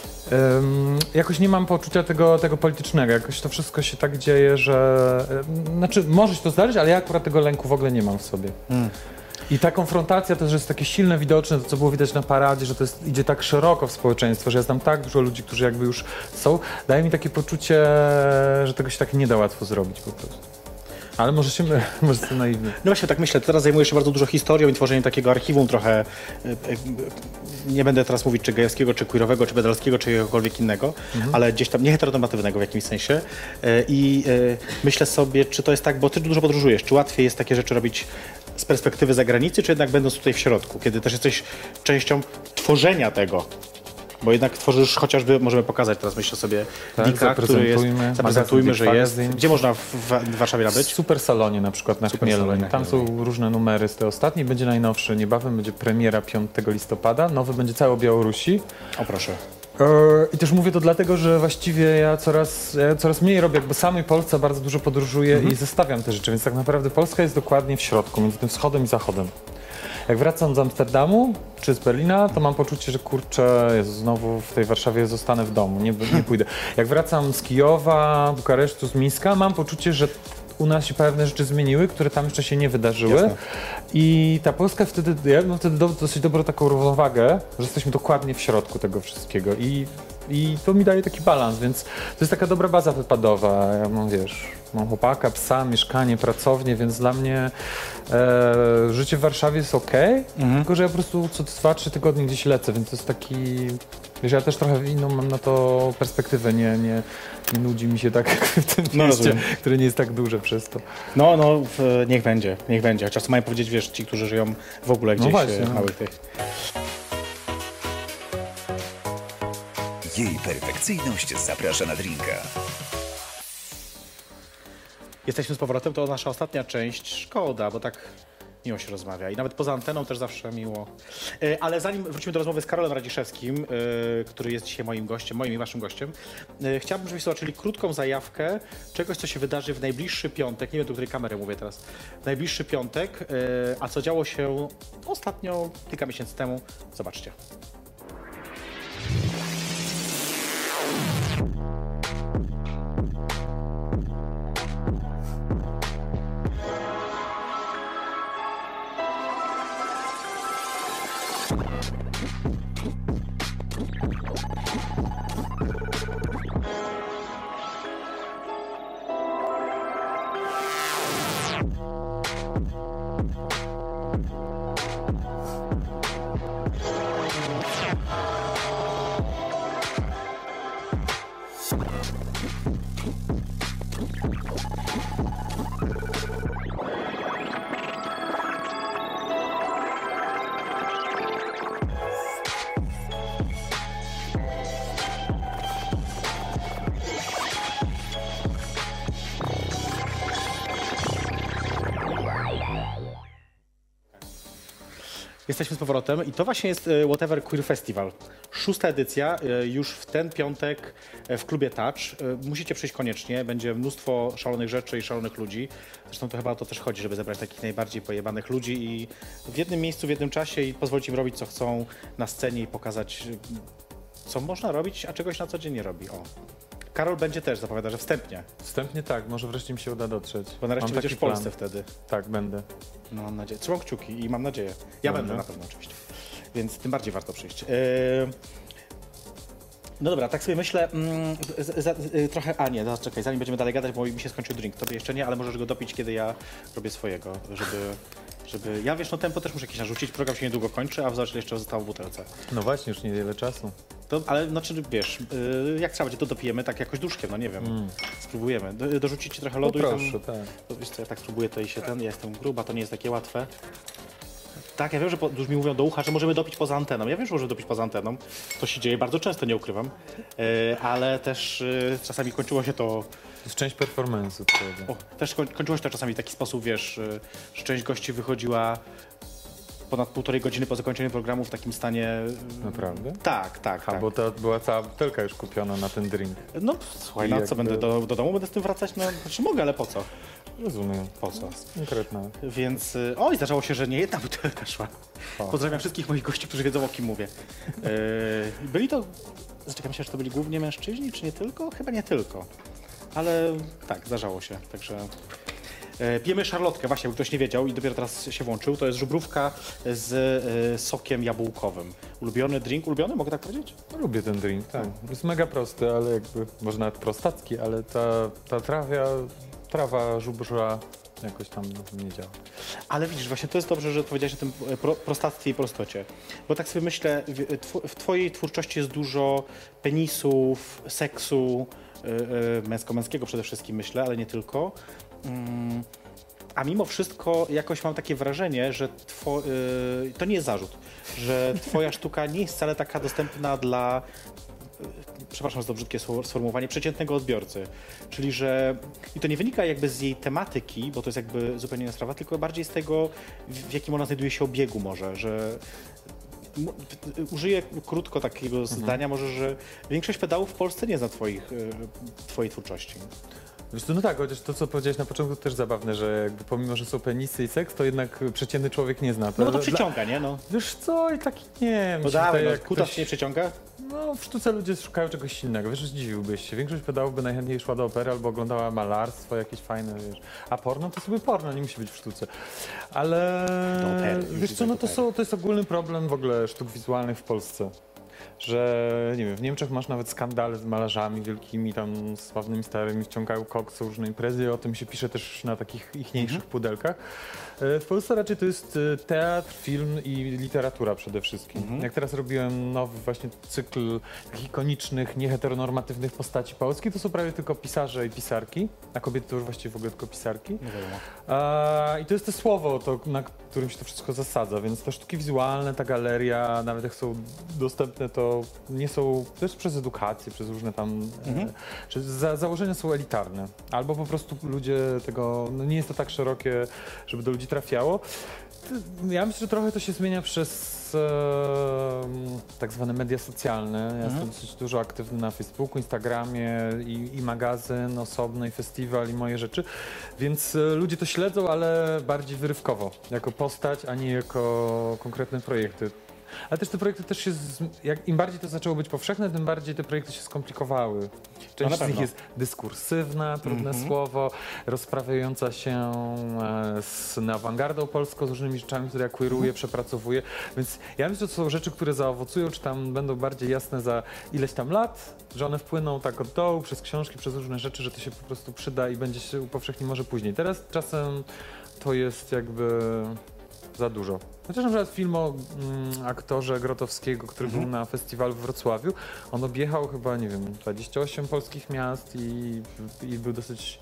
um, jakoś nie mam poczucia tego, tego politycznego. Jakoś to wszystko się tak dzieje, że... Um, znaczy, może się to zdarzyć, ale ja akurat tego lęku w ogóle nie mam w sobie. Hmm. I ta konfrontacja też jest takie silne, widoczne, to co było widać na paradzie, że to jest, idzie tak szeroko w społeczeństwo, że ja znam tak dużo ludzi, którzy jakby już są, daje mi takie poczucie, że tego się tak nie da łatwo zrobić po prostu. Ale może się, może jestem naiwny. No właśnie tak myślę, teraz zajmujesz się bardzo dużo historią i tworzeniem takiego archiwum trochę, nie będę teraz mówić czy gejowskiego, czy queerowego, czy pedalskiego, czy jakiegokolwiek innego, mhm. ale gdzieś tam nieheteronormatywnego w jakimś sensie. I myślę sobie, czy to jest tak, bo ty dużo podróżujesz, czy łatwiej jest takie rzeczy robić z perspektywy zagranicy, czy jednak będąc tutaj w środku, kiedy też jesteś częścią tworzenia tego? Bo jednak tworzysz chociażby, możemy pokazać teraz, myślę sobie, Tak, Drinka, który jest, zaprezentujmy. zaprezentujmy, Magazyn że Big jest. Magazine. Gdzie można w, w, w Warszawie W nabyć? Super Salonie na przykład na Super Chmielu. Salonie na Tam Chmielu. są różne numery z tej ostatniej, będzie najnowszy niebawem, będzie premiera piątego listopada, nowy będzie cały o Białorusi. O proszę. I też mówię to dlatego, że właściwie ja coraz, ja coraz mniej robię, jakby samej Polsce bardzo dużo podróżuję Mhm. i zestawiam te rzeczy, więc tak naprawdę Polska jest dokładnie w środku, między tym wschodem i zachodem. Jak wracam z Amsterdamu czy z Berlina, to mam poczucie, że kurczę, Jezu, znowu w tej Warszawie zostanę w domu, nie, nie pójdę. Jak wracam z Kijowa, Bukaresztu, z Mińska, mam poczucie, że u nas się pewne rzeczy zmieniły, które tam jeszcze się nie wydarzyły. Jasne. I ta Polska wtedy, ja mam wtedy do, dosyć dobrą taką równowagę, że jesteśmy dokładnie w środku tego wszystkiego i, i to mi daje taki balans, więc to jest taka dobra baza wypadowa. Ja mam, wiesz, mam chłopaka, psa, mieszkanie, pracownię, więc dla mnie e, życie w Warszawie jest okej, tylko że ja po prostu co dwa, trzy tygodnie gdzieś lecę, więc to jest taki... Wiesz, ja też trochę inną mam na to perspektywę, nie, nie, nie nudzi mi się tak jak w tym No, mieście, rozumiem. które nie jest tak duże przez to. No, no, w, niech będzie, niech będzie. Chociaż mają powiedzieć, wiesz, ci, którzy żyją w ogóle gdzieś właśnie, e, w no. małych tych. Jej perfekcyjność zaprasza na drinka. Jesteśmy z powrotem, to nasza ostatnia część. Szkoda, bo tak miło się rozmawia i nawet poza anteną też zawsze miło. E, Ale zanim wrócimy do rozmowy z Karolem Radziszewskim, e, który jest dzisiaj moim gościem, moim i waszym gościem, e, chciałbym, żebyście zobaczyli krótką zajawkę czegoś, co się wydarzy w najbliższy piątek. Nie wiem, do której kamery mówię teraz. W najbliższy piątek, e, a co działo się ostatnio, kilka miesięcy temu. Zobaczcie. Jesteśmy z powrotem i to właśnie jest e, Whatever Queer Festival. Szósta edycja, e, już w ten piątek e, w klubie Touch. E, Musicie przyjść koniecznie, będzie mnóstwo szalonych rzeczy i szalonych ludzi. Zresztą to chyba o to też chodzi, żeby zebrać takich najbardziej pojebanych ludzi i w jednym miejscu, w jednym czasie i pozwolić im robić co chcą na scenie i pokazać, e, co można robić, a czegoś na co dzień nie robi. O. Karol będzie też, zapowiada, że wstępnie, Wstępnie tak, może wreszcie mi się uda dotrzeć. bo nareszcie Mam będziesz taki w Polsce plan. wtedy. Tak, będę. No, mam nadzieję. Trzymam kciuki i mam nadzieję. Ja Dobrze. będę na pewno oczywiście. Więc tym bardziej warto przyjść. Yy... No dobra, tak sobie myślę, mm, z, z, y, trochę, a nie, zaraz czekaj, zanim będziemy dalej gadać, bo mi się skończył drink, tobie jeszcze nie, ale możesz go dopić, kiedy ja robię swojego, żeby, żeby, ja wiesz, no tempo też muszę jakieś narzucić, program się niedługo kończy, a w zasadzie jeszcze zostało w butelce. No właśnie, już niewiele czasu. To, ale znaczy, wiesz, yy, jak trzeba będzie, to dopijemy tak jakoś duszkiem, no nie wiem, Mm. spróbujemy. Do, dorzucić ci trochę lodu No i proszę, tam, tak. to, wiesz co, ja tak spróbuję to i się ten, ja jestem gruba, to nie jest takie łatwe. Tak, ja wiem, że po, już mi mówią do ucha, że możemy dopić poza anteną. Ja wiem, że możemy dopić poza anteną. To się dzieje bardzo często, nie ukrywam. E, ale też e, czasami kończyło się to... To jest część performance'u. O, też koń, kończyło się to czasami w taki sposób, wiesz, e, że część gości wychodziła ponad półtorej godziny po zakończeniu programu w takim stanie... e, Naprawdę? Tak, tak, A, tak. bo to była cała butelka już kupiona na ten drink. No słuchaj, I na co jakby- będę do, do domu? Będę z tym wracać? No, znaczy mogę, ale po co? Rozumiem. Po co? Konkretna. Więc, y, oj, zdarzało się, że nie jedna butelka szła. O. Pozdrawiam wszystkich moich gości, którzy wiedzą, o kim mówię. Yy, byli to, zaczekam się, czy to byli głównie mężczyźni, czy nie tylko? Chyba nie tylko. Ale tak, zdarzało się, także... Yy, pijemy szarlotkę, właśnie, bo ktoś nie wiedział i dopiero teraz się włączył. To jest żubrówka z y, sokiem jabłkowym. Ulubiony drink, ulubiony, mogę tak powiedzieć? No, lubię ten drink, tak. Jest mega prosty, ale jakby, może nawet prostacki, ale ta, ta trawia, trawa żubra jakoś tam nie działa. Ale widzisz, właśnie to jest dobrze, że powiedziałeś o tym pro, prostactwie i prostocie. Bo tak sobie myślę, w, tw w twojej twórczości jest dużo penisów, seksu, yy, yy, męsko-męskiego przede wszystkim myślę, ale nie tylko. Mm, a mimo wszystko jakoś mam takie wrażenie, że two, yy, to nie jest zarzut, że twoja sztuka nie jest wcale taka dostępna dla, yy, przepraszam za to brzydkie sformułowanie, przeciętnego odbiorcy. Czyli, że i to nie wynika jakby z jej tematyki, bo to jest jakby zupełnie inna sprawa, tylko bardziej z tego, w jakim ona znajduje się obiegu może, że użyję krótko takiego mhm. zdania, może, że większość pedałów w Polsce nie zna twoich, twojej twórczości. Wiesz co, no tak, chociaż to, co powiedziałeś na początku, to też zabawne, że jakby pomimo, że są penisy i seks, to jednak przeciętny człowiek nie zna. To no bo to dla... przyciąga, nie? No. Wiesz co, i tak nie No dawaj, no, jak kutas ktoś... nie przyciąga? No, w sztuce ludzie szukają czegoś innego, wiesz, zdziwiłbyś się. Większość pedałów by najchętniej szła do opery albo oglądała malarstwo jakieś fajne, wiesz. A porno to sobie porno, nie musi być w sztuce. Ale do opery, wiesz co, no to, są, to jest ogólny problem w ogóle sztuk wizualnych w Polsce. Że, nie wiem, w Niemczech masz nawet skandale z malarzami wielkimi, tam sławnymi starymi, wciągają koks, są różne imprezy, o tym się pisze też na takich ichniejszych mhm. pudelkach. W Polsce raczej to jest teatr, film i literatura przede wszystkim. Mhm. Jak teraz robiłem nowy właśnie cykl takich ikonicznych, nieheteronormatywnych postaci polskich, to są prawie tylko pisarze i pisarki, a kobiety to już właściwie w ogóle tylko pisarki. A, I to jest to słowo, to, na którym się to wszystko zasadza, więc te sztuki wizualne, ta galeria, nawet jak są dostępne, to nie są, też przez edukację, przez różne tam, mhm. e, czy za, założenia są elitarne. Albo po prostu ludzie tego, no nie jest to tak szerokie, żeby do ludzi trafiało. Ja myślę, że trochę to się zmienia przez e, tak zwane media socjalne. Ja mhm. jestem dosyć dużo aktywny na Facebooku, Instagramie i, i magazyn osobny, i festiwal, i moje rzeczy. Więc e, ludzie to śledzą, ale bardziej wyrywkowo, jako postać, a nie jako konkretne projekty. Ale też te projekty też się, z, jak, im bardziej to zaczęło być powszechne, tym bardziej te projekty się skomplikowały. Część no z nich jest dyskursywna, trudne mm-hmm. słowo, rozprawiająca się e, z awangardą polską, z różnymi rzeczami, które ja queeruję, mm-hmm. przepracowuję. Więc ja myślę, że to są rzeczy, które zaowocują, czy tam będą bardziej jasne za ileś tam lat, że one wpłyną tak od dołu, przez książki, przez różne rzeczy, że to się po prostu przyda i będzie się upowszechni może później. Teraz czasem to jest jakby za dużo. Chociaż na przykład film o mm, aktorze Grotowskiego, który mhm. był na festiwalu w Wrocławiu, on objechał chyba, nie wiem, dwadzieścia osiem polskich miast i, i był dosyć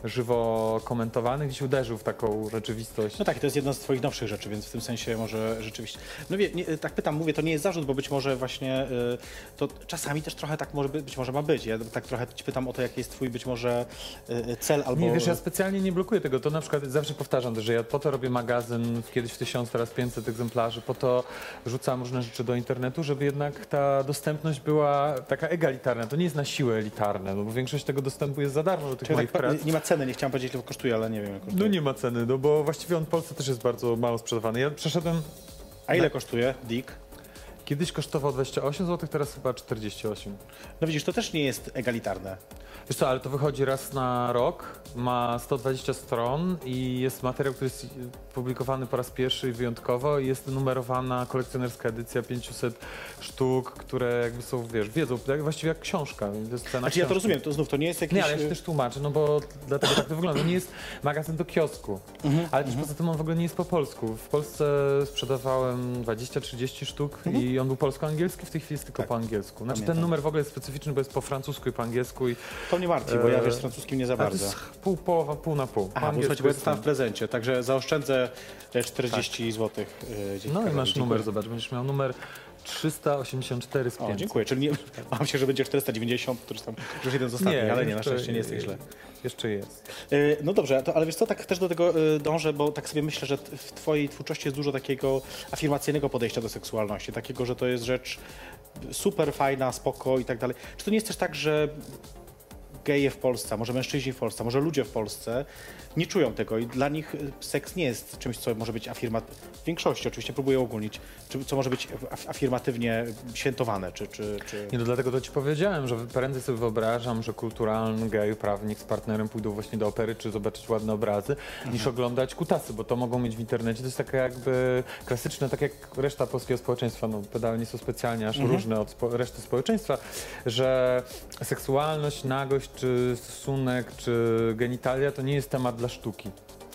żywo komentowany, gdzieś uderzył w taką rzeczywistość. No tak, to jest jedna z twoich nowszych rzeczy, więc w tym sensie może rzeczywiście... No wie, nie, tak pytam, mówię, to nie jest zarzut, bo być może właśnie y, to czasami też trochę tak może być, być może ma być. Ja tak trochę ci pytam o to, jaki jest twój być może y, cel albo... Nie, wiesz, ja specjalnie nie blokuję tego. To na przykład zawsze powtarzam, że ja po to robię magazyn, kiedyś w tysiąc, teraz pięćset egzemplarzy, po to rzucam różne rzeczy do internetu, żeby jednak ta dostępność była taka egalitarna. To nie jest na siłę elitarne, no bo większość tego dostępu jest za darmo do tych Czyli moich tak, prac. Nie ma ceny, nie chciałem powiedzieć, ile kosztuje, ale nie wiem, jak kosztuje. No nie ma ceny, no bo właściwie on w Polsce też jest bardzo mało sprzedawany. Ja przeszedłem... A ile na... kosztuje Dick? Kiedyś kosztował dwadzieścia osiem złotych, teraz chyba czterdzieści osiem. No widzisz, to też nie jest egalitarne. Wiesz co, ale to wychodzi raz na rok, ma sto dwadzieścia stron i jest materiał, który jest publikowany po raz pierwszy i wyjątkowo i jest numerowana kolekcjonerska edycja pięćset sztuk, które jakby są, wiesz, wiedzą, właściwie jak książka. To jest cena znaczy ja to rozumiem, to znów to nie jest jakiś... Nie, ale ja się też tłumaczę, no bo dlatego tak to wygląda. To nie jest magazyn do kiosku, mm-hmm, ale też mm-hmm. poza tym on w ogóle nie jest po polsku. W Polsce sprzedawałem dwadzieścia trzydzieści sztuk mm-hmm. i on był polsko-angielski, w tej chwili jest tylko tak, po angielsku. Znaczy pamiętam. Ten numer w ogóle jest specyficzny, bo jest po francusku i po angielsku. I, to mnie martwi, bo ja wiesz, z francuskim nie za bardzo. To jest pół połowa, pół na pół. Aha, bo słuchajcie, bo ja dostałem w prezencie, także zaoszczędzę czterdzieści tak. złotych. Yy, no i masz dziękuję. Numer, zobacz, będziesz miał numer trzysta osiemdziesiąt cztery z pięćset. O, dziękuję, czyli nie, mam się, że będzie czterysta dziewięćdziesiąt, który tam już jeden z ostatnich, nie, ale nie, na szczęście nie jest tak źle. Jeszcze jest. Yy, no dobrze, to, ale wiesz co, tak też do tego yy, dążę, bo tak sobie myślę, że w twojej twórczości jest dużo takiego afirmacyjnego podejścia do seksualności, takiego, że to jest rzecz super fajna, spoko i tak dalej. Czy to nie jest też tak, że geje w Polsce, może mężczyźni w Polsce, może ludzie w Polsce nie czują tego i dla nich seks nie jest czymś, co może być afirmatywnie, w większości oczywiście próbuję ogólnić, czy, co może być afirmatywnie świętowane, czy... czy, czy... Nie, no dlatego to ci powiedziałem, że prędzej sobie wyobrażam, że kulturalny geju, prawnik z partnerem pójdą właśnie do opery, czy zobaczyć ładne obrazy, mhm. niż oglądać kutasy, bo to mogą mieć w internecie. To jest takie jakby klasyczne, tak jak reszta polskiego społeczeństwa, no pedale nie są specjalnie aż mhm. różne od spo reszty społeczeństwa, że seksualność, nagość, czy stosunek, czy genitalia to nie jest temat dla sztuki.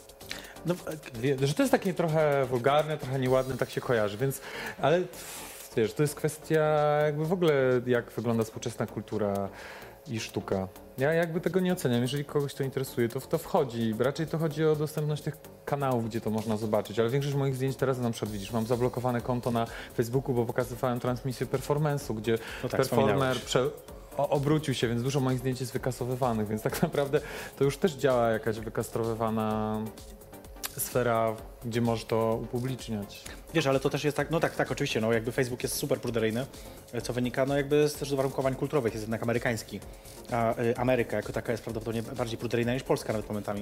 No, że to jest takie trochę wulgarne, trochę nieładne, tak się kojarzy, więc, ale Wiesz, to jest kwestia jakby w ogóle jak wygląda współczesna kultura i sztuka. Ja jakby tego nie oceniam. Jeżeli kogoś to interesuje, to w to wchodzi. Raczej to chodzi o dostępność tych kanałów, gdzie to można zobaczyć. Ale większość moich zdjęć teraz na przykład widzisz, mam zablokowane konto na Facebooku, bo pokazywałem transmisję performance'u, gdzie No tak, performer wspominałeś. prze... o, obrócił się, więc dużo moich zdjęć jest wykasowywanych, więc tak naprawdę to już też działa jakaś wykastrowywana sfera, gdzie możesz to upubliczniać. Wiesz, ale to też jest tak, no tak, tak, oczywiście, no jakby Facebook jest super pruderyjny, co wynika, no jakby z też z uwarunkowań kulturowych, jest jednak amerykański, a y, Ameryka jako taka jest prawdopodobnie bardziej pruderyjna niż Polska nawet momentami.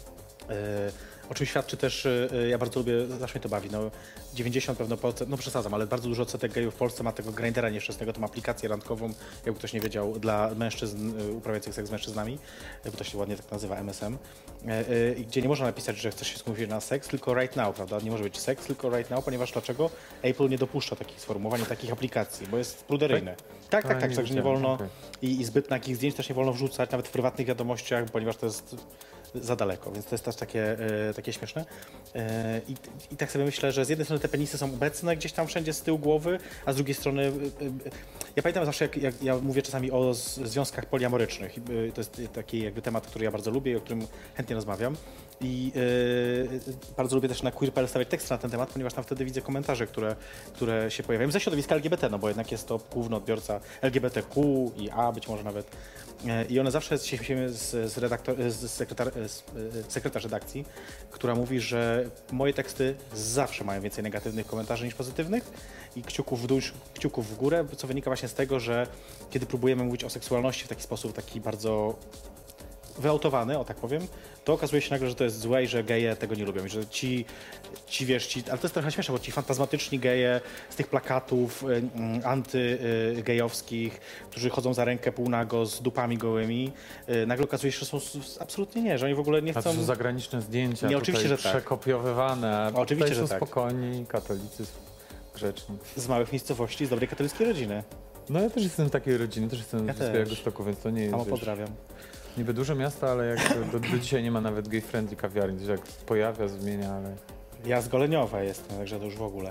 Y, o czym świadczy też, y, ja bardzo lubię, zawsze mnie to bawi, no dziewięćdziesiąt pewno procent, no przesadzam, ale bardzo dużo odsetek gejów w Polsce ma tego Grindera nieszczęsnego, tą aplikację randkową, jakby ktoś nie wiedział, dla mężczyzn y, uprawiających seks z mężczyznami, y, bo to się ładnie tak nazywa, M S M, y, y, gdzie nie można napisać, że chcesz się skupić na seks, tylko right now, prawda? Nie może być seks, tylko right now, ponieważ dlaczego? Apple nie dopuszcza takich sformułowań, takich aplikacji, bo jest pruderyjne. Tak, tak, A, tak, nie także nie wiedziałem, wolno okej. i, i zbyt takich zdjęć też nie wolno wrzucać, nawet w prywatnych wiadomościach, ponieważ to jest za daleko, więc to jest też takie, e, takie śmieszne. E, i, I tak sobie myślę, że z jednej strony te penisy są obecne gdzieś tam wszędzie z tyłu głowy, a z drugiej strony, e, e, ja pamiętam zawsze, jak, jak ja mówię czasami o z, związkach poliamorycznych. E, to jest taki jakby temat, który ja bardzo lubię i o którym chętnie rozmawiam. I e, bardzo lubię też na queer kropka p l stawiać teksty na ten temat, ponieważ tam wtedy widzę komentarze, które, które się pojawiają ze środowiska L G B T, no bo jednak jest to główny odbiorca L G B T Q i A, być może nawet. E, I one zawsze się śmiejemy z, z, redaktor, z, sekretar, z e, sekretarz redakcji, która mówi, że moje teksty zawsze mają więcej negatywnych komentarzy niż pozytywnych i kciuków w dół, kciuków w górę, co wynika właśnie z tego, że kiedy próbujemy mówić o seksualności w taki sposób, taki bardzo wyautowany, o tak powiem, to okazuje się nagle, że to jest złe i że geje tego nie lubią. I że ci, ci wiesz, ci, ale to jest trochę śmieszne, bo ci fantazmatyczni geje z tych plakatów y, y, antygejowskich, którzy chodzą za rękę półnago z dupami gołymi, y, nagle okazuje się, że są s- absolutnie nie, że oni w ogóle nie A chcą... to są zagraniczne zdjęcia, Nie, tutaj oczywiście, że tak. przekopiowywane, a Oczywiście, tutaj że są tak. spokojni, katolicy, grzeczni. z małych miejscowości, z dobrej katolickiej rodziny. No ja też jestem z takiej rodziny, też jestem Ja z też. Białegostoku, więc to nie jest, Mamo, wiesz, pozdrawiam. niby duże miasto, ale jak do, do dzisiaj nie ma nawet gay-friendly kawiarni, to się jak pojawia, zmienia, ale... Ja z Goleniowa jestem, także to już w ogóle.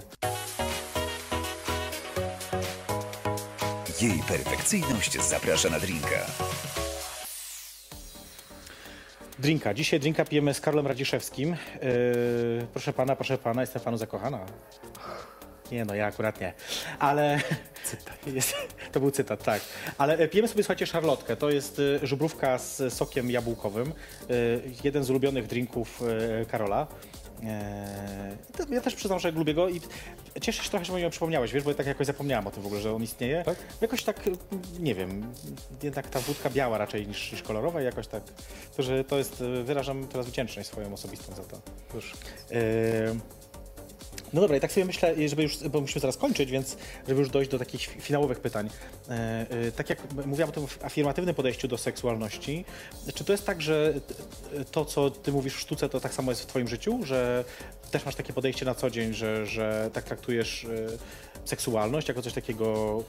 Jej perfekcyjność zaprasza na drinka. Drinka. Dzisiaj drinka pijemy z Karolem Radziszewskim. Yy, proszę pana, proszę pana, jestem panu zakochana. Nie no, ja akurat nie. Ale... Cytat. Jest, to był cytat, tak. Ale pijemy sobie, słuchajcie, szarlotkę. To jest y, żubrówka z sokiem jabłkowym. Y, jeden z ulubionych drinków y, Karola. E, to ja też przyznam, że lubię go i cieszę się trochę, że mi o przypomniałeś, wiesz, bo ja tak jakoś zapomniałem o tym w ogóle, że on istnieje. Tak? Jakoś tak, nie wiem, jednak ta wódka biała raczej niż, niż kolorowa i jakoś tak, to, że to jest, wyrażam teraz wdzięczność swoją osobistą za to. Cóż, E, No dobra, i tak sobie myślę, żeby już, bo musimy zaraz kończyć, więc żeby już dojść do takich finałowych pytań. E, e, tak jak mówiłam o tym afirmatywnym podejściu do seksualności, czy to jest tak, że to, co ty mówisz w sztuce, to tak samo jest w twoim życiu, że też masz takie podejście na co dzień, że, że tak traktujesz e, seksualność jako coś takiego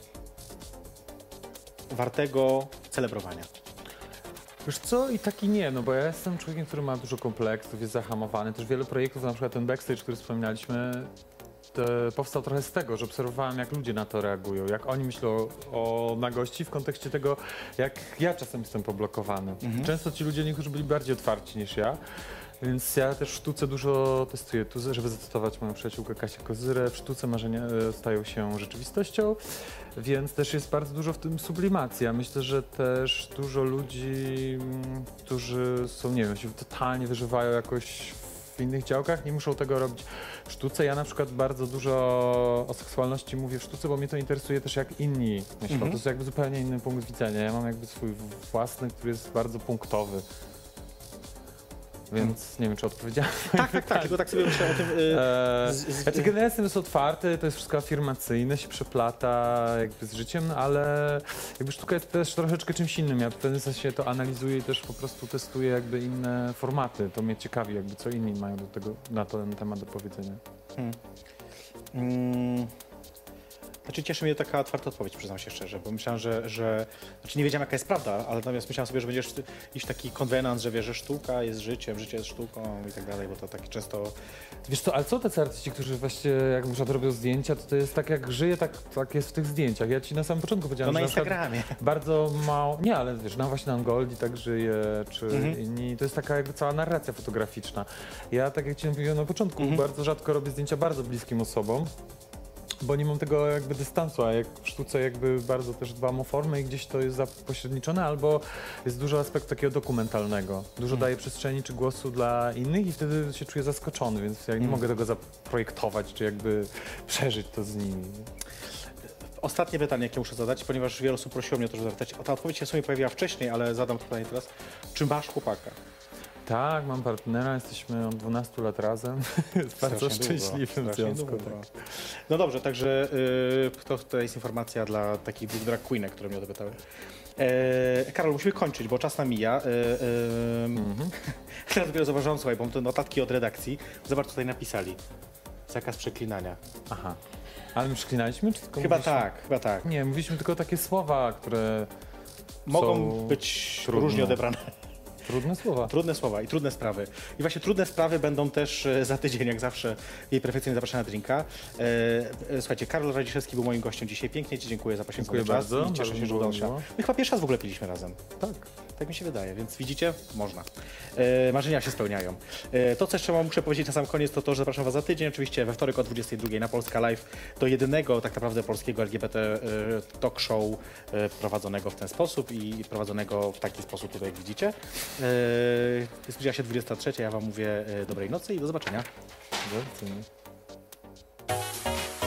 wartego celebrowania? wiesz co, i tak i nie, no bo ja jestem człowiekiem, który ma dużo kompleksów, jest zahamowany. Też wiele projektów, na przykład ten backstage, który wspominaliśmy, to powstał trochę z tego, że obserwowałem, jak ludzie na to reagują, jak oni myślą o nagości w kontekście tego, jak ja czasem jestem poblokowany. Mhm. Często ci ludzie, niektórzy byli bardziej otwarci niż ja, więc ja też w sztuce dużo testuję. Tu, żeby zacytować moją przyjaciółkę Kasię Kozyrę, w sztuce marzenia e, stają się rzeczywistością, więc też jest bardzo dużo w tym sublimacji. Ja myślę, że też dużo ludzi, mm, którzy są, nie wiem, się totalnie wyżywają jakoś w innych działkach, nie muszą tego robić w sztuce. Ja na przykład bardzo dużo o seksualności mówię w sztuce, bo mnie to interesuje też, jak inni myślą. Mhm. To jest jakby zupełnie inny punkt widzenia. Ja mam jakby swój własny, który jest bardzo punktowy. Więc nie wiem, czy odpowiedziałem. Tak, tak, tak, tylko tak sobie myślę o tym... y, Eee, z- z- znaczy generalnie jestem jest otwarty, to jest wszystko afirmacyjne, się przeplata jakby z życiem, no ale jakby sztuka jest też troszeczkę czymś innym. Ja w pewnym sensie to analizuję i też po prostu testuję jakby inne formaty. To mnie ciekawi, jakby co inni mają do tego, na ten temat do powiedzenia. Mm. Znaczy cieszy mnie taka otwarta odpowiedź, przyznam się szczerze, bo myślałem, że, że znaczy nie wiedziałem jaka jest prawda, ale natomiast myślałem sobie, że będziesz iść taki konwenans, że wiesz, że sztuka jest życiem, życie jest sztuką i tak dalej, bo to tak często... Wiesz co, ale co tacy artyści, którzy właśnie jak na przykład robią zdjęcia, to to jest tak jak żyje, tak, tak jest w tych zdjęciach. Ja ci na samym początku powiedziałem, To na że przykład Instagramie. bardzo mało, nie, ale wiesz, no właśnie na Angoldi tak żyje, czy Mhm. inni, to jest taka jakby cała narracja fotograficzna. Ja tak jak ci mówiłem na początku, Mhm. bardzo rzadko robię zdjęcia bardzo bliskim osobom, bo nie mam tego jakby dystansu, a jak w sztuce jakby bardzo też dbam o formę i gdzieś to jest zapośredniczone, albo jest dużo aspektu takiego dokumentalnego. Dużo daję przestrzeni czy głosu dla innych i wtedy się czuję zaskoczony, więc ja nie mogę tego zaprojektować, czy jakby przeżyć to z nimi. Ostatnie pytanie, jakie muszę zadać, ponieważ wiele osób prosiło mnie o to, żeby zapytać. O, ta odpowiedź się w sumie pojawiła wcześniej, ale zadam to pytanie teraz. Czy masz chłopaka? Tak, mam partnera, jesteśmy od dwunastu lat razem. Jest bardzo Strasznie długo, szczęśliwym strasznie związku. długo. Tak. No dobrze, także y, to, to jest informacja dla takich dwóch drag queenek, które mnie o to pytały. E, Karol, musimy kończyć, bo czas nam mija. E, e, Mhm. Teraz dopiero zauważyłam, słuchaj, bo mam te notatki od redakcji. Zobacz, tutaj napisali. Zakaz przeklinania. Aha. Ale my przeklinaliśmy, czy tylko Chyba mówiliśmy? tak, chyba tak. Nie, mówiliśmy tylko takie słowa, które Mogą są być trudne. różnie odebrane. Trudne słowa. Trudne słowa i trudne sprawy. I właśnie trudne sprawy będą też e, za tydzień, jak zawsze, jej perfekcyjnie zapraszana na drinka. E, e, słuchajcie, Karol Radziszewski był moim gościem dzisiaj. Pięknie Ci dziękuję za poświęcony Dziękuję czas. bardzo, I cieszę bardzo się, mi że było udało się. miło. My chyba pierwszy raz w ogóle piliśmy razem. Tak. Tak mi się wydaje, więc widzicie, można. E, marzenia się spełniają. E, to, co jeszcze wam muszę powiedzieć na sam koniec, to to, że zapraszam was za tydzień, oczywiście we wtorek o dwudziestej drugiej na Polska Live, do jedynego tak naprawdę polskiego L G B T e, talk show e, prowadzonego w ten sposób i prowadzonego w taki sposób tutaj, jak widzicie. E, zbliża się dwudziesta trzecia, ja wam mówię e, dobrej nocy i do zobaczenia. Bardzo.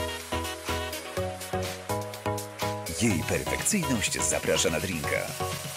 Jej perfekcyjność zaprasza na drinka.